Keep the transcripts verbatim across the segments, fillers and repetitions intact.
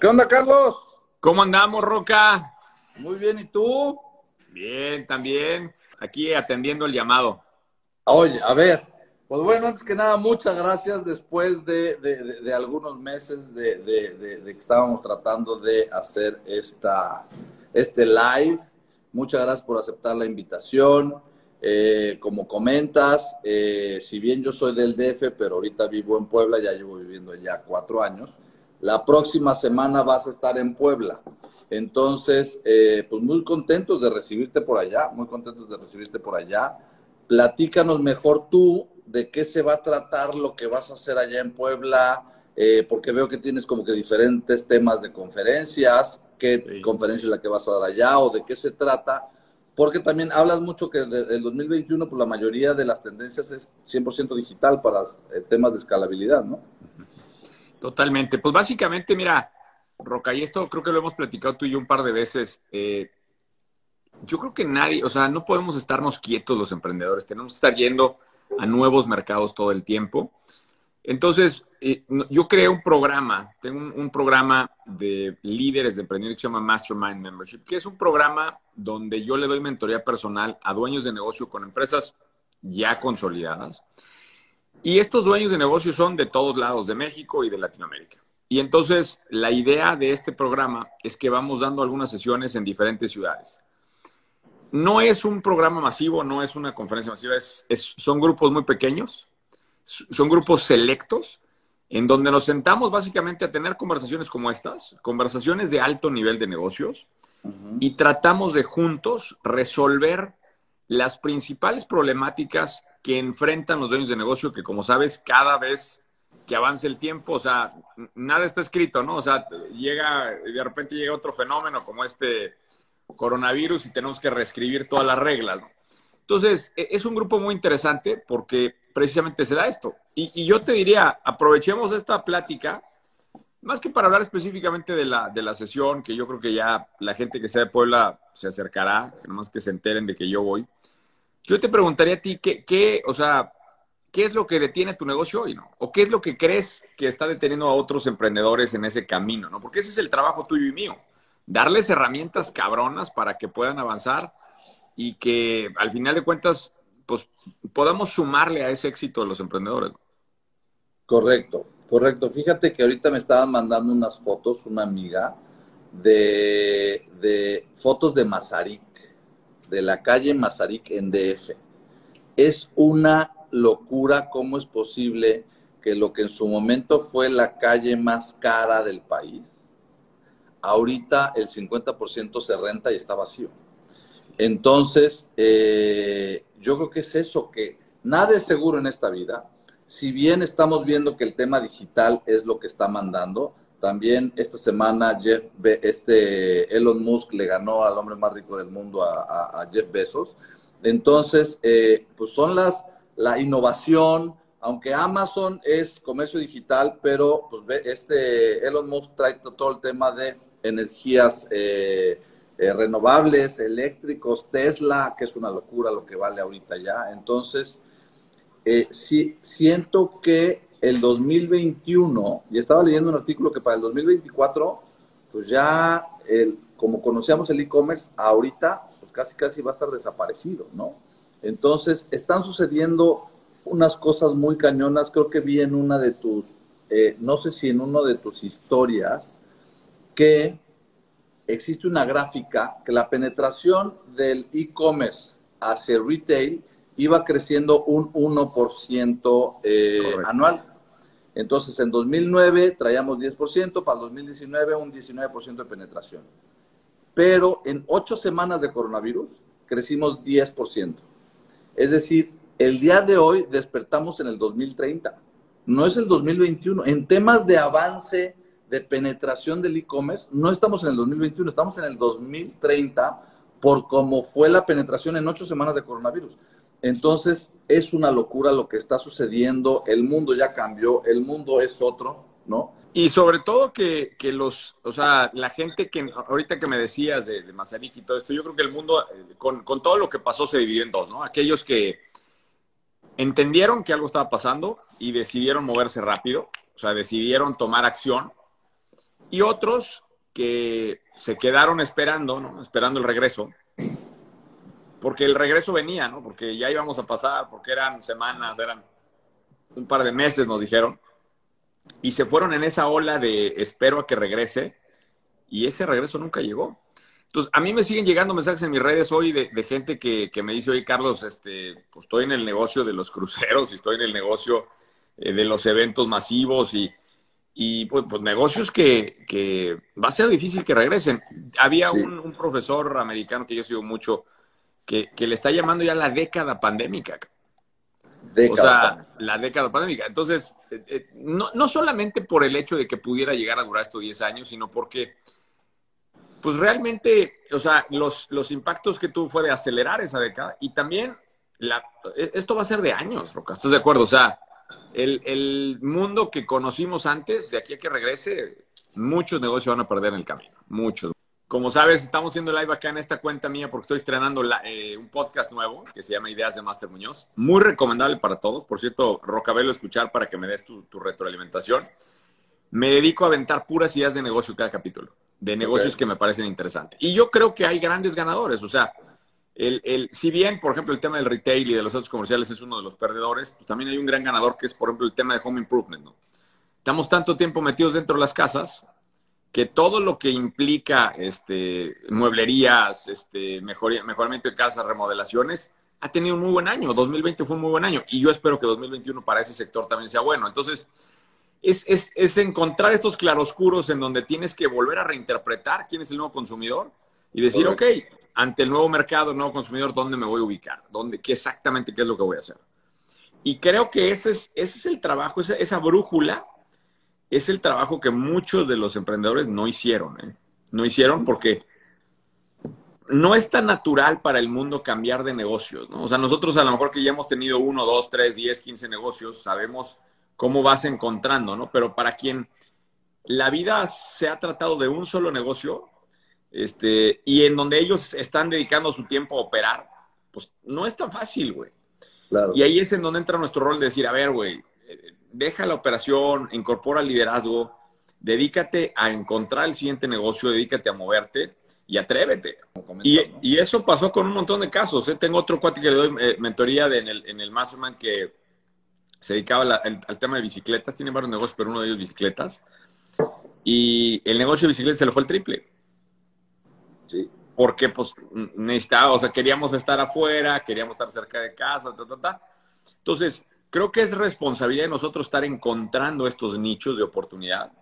¿Qué onda, Carlos? ¿Cómo andamos, Roca? Muy bien, ¿y tú? Bien, también. Aquí atendiendo el llamado. Oye, a ver, pues bueno, antes que nada, muchas gracias después de, de- de- de algunos meses de, de- de- de que estábamos tratando de hacer esta, este live. Muchas gracias por aceptar la invitación. Eh, como comentas, eh, si bien yo soy del D F, pero ahorita vivo en Puebla, ya llevo viviendo ya cuatro años, la próxima semana vas a estar en Puebla. Entonces, eh, pues muy contentos de recibirte por allá, muy contentos de recibirte por allá. Platícanos mejor tú de qué se va a tratar lo que vas a hacer allá en Puebla, eh, porque veo que tienes como que diferentes temas de conferencias, qué Sí. conferencia es la que vas a dar allá o de qué se trata, porque también hablas mucho que del dos mil veintiuno, pues la mayoría de las tendencias es cien por ciento digital para eh, temas de escalabilidad, ¿no? Totalmente. Pues básicamente, mira, Roca, y esto creo que lo hemos platicado tú y yo un par de veces. Eh, yo creo que nadie, o sea, no podemos estarnos quietos los emprendedores. Tenemos que estar yendo a nuevos mercados todo el tiempo. Entonces, eh, no- yo creé un programa, tengo un, un programa de líderes de emprendimiento que se llama Mastermind Membership, que es un programa donde yo le doy mentoría personal a dueños de negocio con empresas ya consolidadas. Y estos dueños de negocio son de todos lados, de México y de Latinoamérica. Y entonces, la idea de este programa es que vamos dando algunas sesiones en diferentes ciudades. No es un programa masivo, no es una conferencia masiva, es, es- son grupos muy pequeños, son grupos selectos en donde nos sentamos básicamente a tener conversaciones como estas, conversaciones de alto nivel de negocios, Uh -huh. y tratamos de juntos resolver las principales problemáticas que enfrentan los dueños de negocio, que como sabes, cada vez que avance el tiempo, o sea, nada está escrito, ¿no? O sea, llega, de repente llega otro fenómeno como este coronavirus y tenemos que reescribir todas las reglas, ¿no? Entonces, es un grupo muy interesante porque precisamente se da esto. Y, y yo te diría, aprovechemos esta plática, más que para hablar específicamente de la, de la sesión, que yo creo que ya la gente que sea de Puebla se acercará, nomás que se enteren de que yo voy. Yo te preguntaría a ti, ¿qué, qué, o sea, qué es lo que detiene tu negocio hoy, ¿no? ¿O qué es lo que crees que está deteniendo a otros emprendedores en ese camino, ¿no? Porque ese es el trabajo tuyo y mío. Darles herramientas cabronas para que puedan avanzar y que al final de cuentas, pues podamos sumarle a ese éxito de los emprendedores. Correcto, correcto. Fíjate que ahorita me estaban mandando unas fotos, una amiga, de, de fotos de Mazarik, de la calle Mazarik en D F. Es una locura cómo es posible que lo que en su momento fue la calle más cara del país, ahorita el cincuenta por ciento se renta y está vacío. Entonces, eh, yo creo que es eso, que nada es seguro en esta vida. Si bien estamos viendo que el tema digital es lo que está mandando, también esta semana Jeff Be este Elon Musk le ganó al hombre más rico del mundo a, a, a Jeff Bezos. Entonces, eh, pues son las, la innovación, aunque Amazon es comercio digital, pero pues este Elon Musk trae todo el tema de energías eh, eh, renovables, eléctricos, Tesla, que es una locura lo que vale ahorita ya. Entonces, eh, sí, siento que el dos mil veintiuno, y estaba leyendo un artículo que para el dos mil veinticuatro, pues ya, el, como conocíamos el e-commerce, ahorita, pues casi casi va a estar desaparecido, ¿no? Entonces, están sucediendo unas cosas muy cañonas. Creo que vi en una de tus, eh, no sé si en una de tus historias, que existe una gráfica que la penetración del e-commerce hacia el retail iba creciendo un uno por ciento eh, Correcto. anual. Entonces, en dos mil nueve traíamos diez por ciento, para el dos mil diecinueve un diecinueve por ciento de penetración. Pero en ocho semanas de coronavirus crecimos diez por ciento. Es decir, el día de hoy despertamos en el dos mil treinta, no es el dos mil veintiuno. En temas de avance, de penetración del e-commerce, no estamos en el dos mil veintiuno, estamos en el dos mil treinta por cómo fue la penetración en ocho semanas de coronavirus. Entonces, es una locura lo que está sucediendo, el mundo ya cambió, el mundo es otro, ¿no? Y sobre todo que, que los, o sea, la gente que ahorita que me decías de, de Mazarik y todo esto, yo creo que el mundo, eh, con, con todo lo que pasó, se dividió en dos, ¿no? Aquellos que entendieron que algo estaba pasando y decidieron moverse rápido, o sea, decidieron tomar acción, y otros que se quedaron esperando, ¿no? Esperando el regreso, porque el regreso venía, ¿no? Porque ya íbamos a pasar, porque eran semanas, eran un par de meses, nos dijeron, y se fueron en esa ola de espero a que regrese, y ese regreso nunca llegó. Entonces, a mí me siguen llegando mensajes en mis redes hoy de, de gente que, que me dice, oye, Carlos, este, pues estoy en el negocio de los cruceros y estoy en el negocio eh, de los eventos masivos y, y pues, pues, negocios que, que va a ser difícil que regresen. Había Sí. un, un profesor americano que yo sigo mucho que, que le está llamando ya la década pandémica. O Década sea, pandémica. la década pandémica. Entonces, eh, eh, no, no solamente por el hecho de que pudiera llegar a durar estos diez años, sino porque pues realmente, o sea, los, los impactos que tuvo fue de acelerar esa década y también la, esto va a ser de años, Roca, ¿estás de acuerdo? O sea, el, el mundo que conocimos antes, de aquí a que regrese, muchos negocios van a perder en el camino, muchos. Como sabes, estamos haciendo live acá en esta cuenta mía porque estoy estrenando la, eh, un podcast nuevo que se llama Ideas de Master Muñoz. Muy recomendable para todos. Por cierto, Roca, velo a escuchar para que me des tu, tu retroalimentación. Me dedico a aventar puras ideas de negocio cada capítulo, de negocios Ok. que me parecen interesantes. Y yo creo que hay grandes ganadores. O sea, el, el, si bien, por ejemplo, el tema del retail y de los centros comerciales es uno de los perdedores, pues también hay un gran ganador que es, por ejemplo, el tema de home improvement, ¿no? Estamos tanto tiempo metidos dentro de las casas que todo lo que implica este, mueblerías, este, mejor, mejoramiento de casas, remodelaciones, ha tenido un muy buen año. dos mil veinte fue un muy buen año. Y yo espero que dos mil veintiuno para ese sector también sea bueno. Entonces, Es, es, es, encontrar estos claroscuros en donde tienes que volver a reinterpretar quién es el nuevo consumidor y decir, ok, Correcto. ante el nuevo mercado, el nuevo consumidor, ¿dónde me voy a ubicar? ¿Dónde, qué exactamente qué es lo que voy a hacer? Y creo que ese es, ese es el trabajo, esa, esa brújula es el trabajo que muchos de los emprendedores no hicieron. ¿eh? No hicieron porque no es tan natural para el mundo cambiar de negocios, ¿no? O sea, nosotros a lo mejor que ya hemos tenido uno, dos, tres, diez, quince negocios, sabemos cómo vas encontrando, ¿no? Pero para quien la vida se ha tratado de un solo negocio, este, y en donde ellos están dedicando su tiempo a operar, pues no es tan fácil, güey. Y Claro. ahí es en donde entra nuestro rol de decir, a ver, güey, eh, deja la operación, incorpora liderazgo, dedícate a encontrar el siguiente negocio, dedícate a moverte y atrévete. Como Y, comentas, ¿no? y eso pasó con un montón de casos. ¿eh? Tengo otro cuate que le doy eh, mentoría de, en, el, en el Mastermind que se dedicaba la, el, al tema de bicicletas. Tiene varios negocios, pero uno de ellos bicicletas. Y el negocio de bicicletas se le fue el triple. Sí. Porque pues necesitaba, o sea, queríamos estar afuera, queríamos estar cerca de casa, ta, ta, ta. Entonces, creo que es responsabilidad de nosotros estar encontrando estos nichos de oportunidad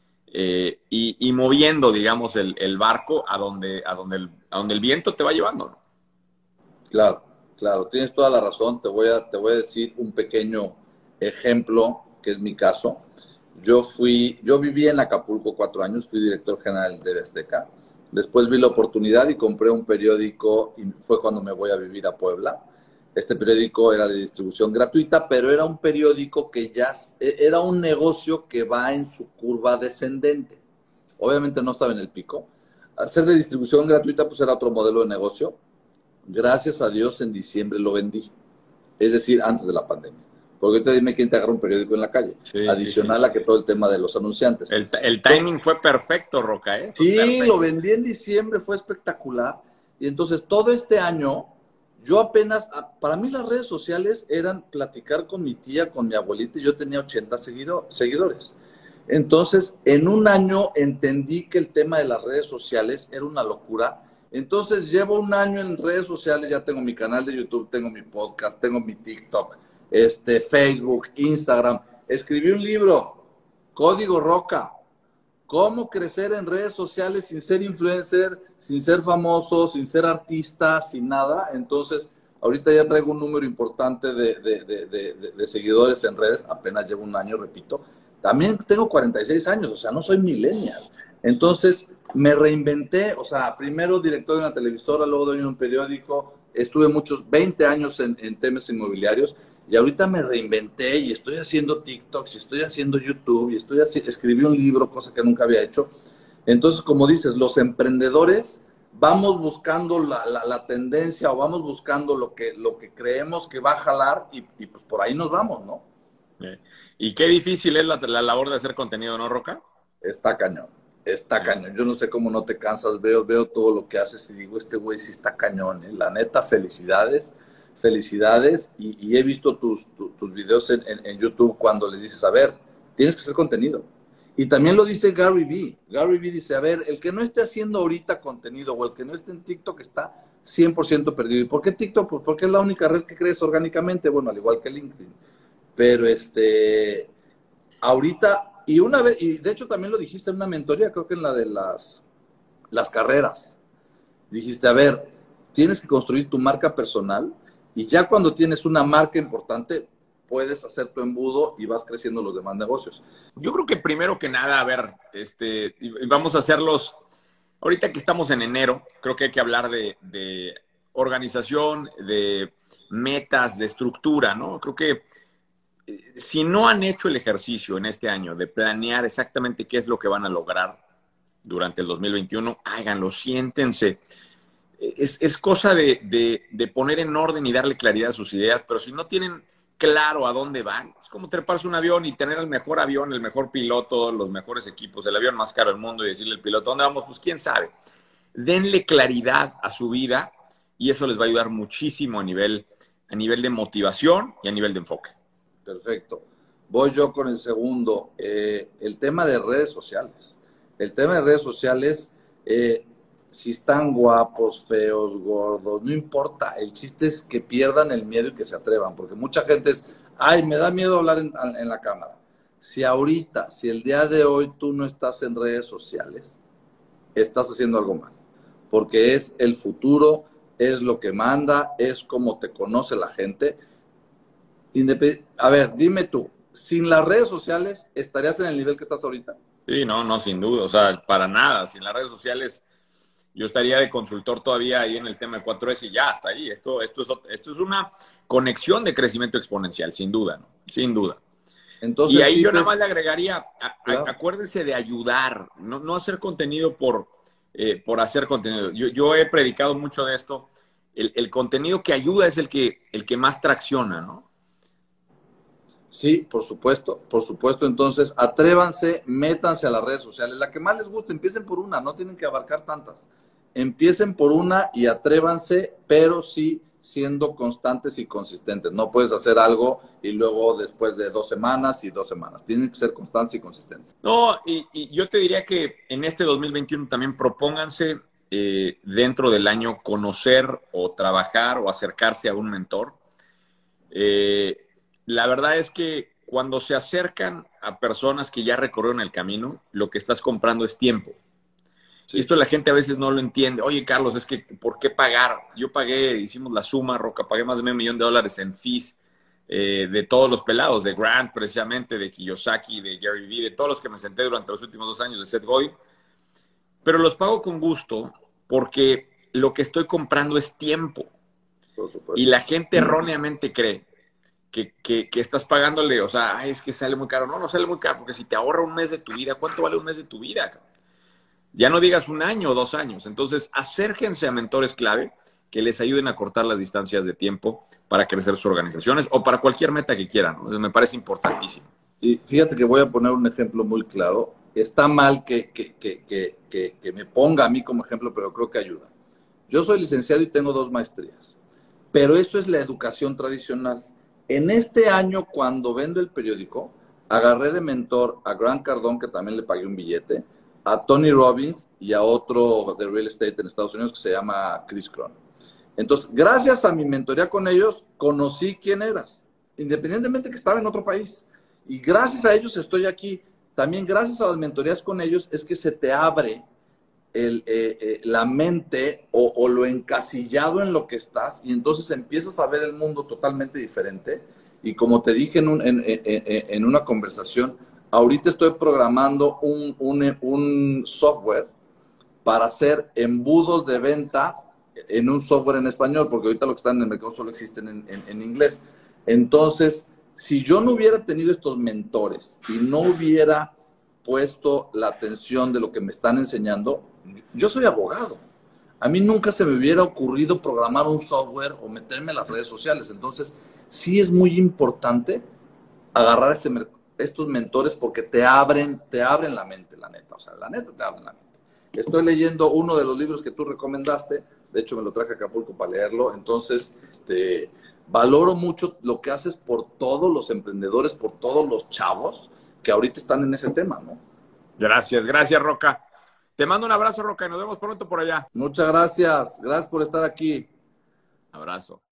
eh, y, y moviendo, digamos, el, el barco a donde, a, donde el, a donde el viento te va llevando, ¿no? Claro, claro, tienes toda la razón. Te voy a, te voy a decir un pequeño ejemplo, que es mi caso. Yo fui, yo viví en Acapulco cuatro años, fui director general de Azteca. Después vi la oportunidad y compré un periódico y fue cuando me voy a vivir a Puebla. Este periódico era de distribución gratuita, pero era un periódico que ya era un negocio que va en su curva descendente. Obviamente no estaba en el pico. Hacer de distribución gratuita pues era otro modelo de negocio. Gracias a Dios en diciembre lo vendí. Es decir, antes de la pandemia. Porque ahorita dime quién te agarra un periódico en la calle. Sí, sí, sí. Adicional a que todo el tema de los anunciantes. El, el timing fue perfecto, Roca, ¿eh? Fue Sí, lo perfecto. vendí en diciembre, fue espectacular. Y entonces todo este año, yo apenas, para mí las redes sociales eran platicar con mi tía, con mi abuelita, y yo tenía ochenta seguido, seguidores. Entonces, en un año entendí que el tema de las redes sociales era una locura. Entonces, llevo un año en redes sociales, ya tengo mi canal de YouTube, tengo mi podcast, tengo mi TikTok, este, Facebook, Instagram. Escribí un libro, Código Roca. ¿Cómo crecer en redes sociales sin ser influencer, sin ser famoso, sin ser artista, sin nada? Entonces, ahorita ya traigo un número importante de, de, de, de, de seguidores en redes, apenas llevo un año, repito. También tengo cuarenta y seis años, o sea, no soy millennial. Entonces, me reinventé, o sea, primero director de una televisora, luego dueño de un periódico, estuve muchos, veinte años en, en temas inmobiliarios, y ahorita me reinventé y estoy haciendo TikToks y estoy haciendo YouTube y estoy así, escribí un libro, cosa que nunca había hecho. Entonces, como dices, los emprendedores vamos buscando la, la, la tendencia o vamos buscando lo que, lo que creemos que va a jalar y, y pues por ahí nos vamos, ¿no? Eh, Y qué difícil es la, la labor de hacer contenido, ¿no, Roca? Está cañón. Está cañón. Yo no sé cómo no te cansas. Veo, veo todo lo que haces y digo, este güey sí está cañón, ¿eh? La neta, felicidades, felicidades. Y, y he visto tus, tu, tus videos en, en, en YouTube cuando les dices, a ver, tienes que hacer contenido. Y también lo dice Gary Vee. Gary Vee dice, a ver, el que no esté haciendo ahorita contenido o el que no esté en TikTok está cien por ciento perdido. ¿Y por qué TikTok? Pues porque es la única red que crece orgánicamente, bueno, al igual que LinkedIn. Pero este, ahorita... Y una vez, y de hecho también lo dijiste en una mentoría, creo que en la de las, las carreras. Dijiste, a ver, tienes que construir tu marca personal y ya cuando tienes una marca importante, puedes hacer tu embudo y vas creciendo los demás negocios. Yo creo que primero que nada, a ver, este, vamos a hacerlos, ahorita que estamos en enero, creo que hay que hablar de, de organización, de metas, de estructura, ¿no? Creo que si no han hecho el ejercicio en este año de planear exactamente qué es lo que van a lograr durante el dos mil veintiuno, háganlo, siéntense. Es, es cosa de, de, de poner en orden y darle claridad a sus ideas, pero si no tienen claro a dónde van, es como treparse un avión y tener el mejor avión, el mejor piloto, los mejores equipos, el avión más caro del mundo y decirle al piloto, ¿dónde vamos? Pues quién sabe. Denle claridad a su vida y eso les va a ayudar muchísimo a nivel, a nivel de motivación y a nivel de enfoque. Perfecto. Voy yo con el segundo. Eh, el tema de redes sociales. El tema de redes sociales, eh, si están guapos, feos, gordos, no importa. El chiste es que pierdan el miedo y que se atrevan. Porque mucha gente es, ay, me da miedo hablar en, en la cámara. Si ahorita, si el día de hoy tú no estás en redes sociales, estás haciendo algo mal. Porque es el futuro, es lo que manda, es como te conoce la gente. Independ- a ver, dime tú, sin las redes sociales, ¿estarías en el nivel que estás ahorita? Sí, no, no, sin duda, o sea, para nada. Sin las redes sociales, yo estaría de consultor todavía ahí en el tema de cuatro S y ya, hasta ahí. Esto, esto, es, esto es una conexión de crecimiento exponencial, sin duda, ¿no? Sin duda. Entonces, Y ahí yo dices, nada más le agregaría, a, claro. a, acuérdense de ayudar, no, no hacer contenido por, eh, por hacer contenido. Yo, yo he predicado mucho de esto. El, el contenido que ayuda es el que, el que más tracciona, ¿no? Sí, por supuesto, por supuesto. Entonces, atrévanse, métanse a las redes sociales. La que más les guste, empiecen por una, no tienen que abarcar tantas. Empiecen por una y atrévanse, pero sí siendo constantes y consistentes. No puedes hacer algo y luego después de dos semanas y dos semanas. Tienen que ser constantes y consistentes. No, y, y yo te diría que en este dos mil veintiuno también propónganse eh, dentro del año conocer o trabajar o acercarse a un mentor. Eh, la verdad es que cuando se acercan a personas que ya recorrieron el camino, lo que estás comprando es tiempo. Sí. Y esto la gente a veces no lo entiende. Oye, Carlos, es que ¿por qué pagar? Yo pagué, hicimos la suma, Roca, pagué más de medio millón de dólares en fees eh, de todos los pelados, de Grant precisamente, de Kiyosaki, de Gary Vee, de todos los que me senté durante los últimos dos años de Seth Godin. Pero los pago con gusto porque lo que estoy comprando es tiempo. Por supuesto. Y la gente erróneamente cree que, que, que estás pagándole, o sea, ay, es que sale muy caro. No, no sale muy caro, porque si te ahorra un mes de tu vida, ¿cuánto vale un mes de tu vida? Ya no digas un año o dos años. Entonces, acérquense a mentores clave que les ayuden a cortar las distancias de tiempo para crecer sus organizaciones o para cualquier meta que quieran, ¿no? Me parece importantísimo. Y fíjate que voy a poner un ejemplo muy claro. Está mal que, que, que, que, que, que me ponga a mí como ejemplo, pero creo que ayuda. Yo soy licenciado y tengo dos maestrías, pero eso es la educación tradicional. En este año, cuando vendo el periódico, agarré de mentor a Grant Cardone, que también le pagué un billete, a Tony Robbins y a otro de real estate en Estados Unidos que se llama Chris Cron. Entonces, gracias a mi mentoría con ellos, conocí quién eras, independientemente que estaba en otro país. Y gracias a ellos estoy aquí. También gracias a las mentorías con ellos es que se te abre el, eh, eh, la mente o, o lo encasillado en lo que estás y entonces empiezas a ver el mundo totalmente diferente. Y como te dije en, un, en, en, en una conversación, ahorita estoy programando un, un, un software para hacer embudos de venta en un software en español, porque ahorita lo que están en el mercado solo existen en, en, en inglés. Entonces, si yo no hubiera tenido estos mentores y no hubiera puesto la atención de lo que me están enseñando, yo soy abogado. A mí nunca se me hubiera ocurrido programar un software o meterme en las redes sociales. Entonces, sí es muy importante agarrar este, estos mentores porque te abren, te abren la mente, la neta. O sea, la neta te abren la mente. Estoy leyendo uno de los libros que tú recomendaste. De hecho, me lo traje a Acapulco para leerlo. Entonces, este, valoro mucho lo que haces por todos los emprendedores, por todos los chavos que ahorita están en ese tema, ¿no? Gracias, gracias, Roca. Te mando un abrazo, Roca, y nos vemos pronto por allá. Muchas gracias. Gracias por estar aquí. Abrazo.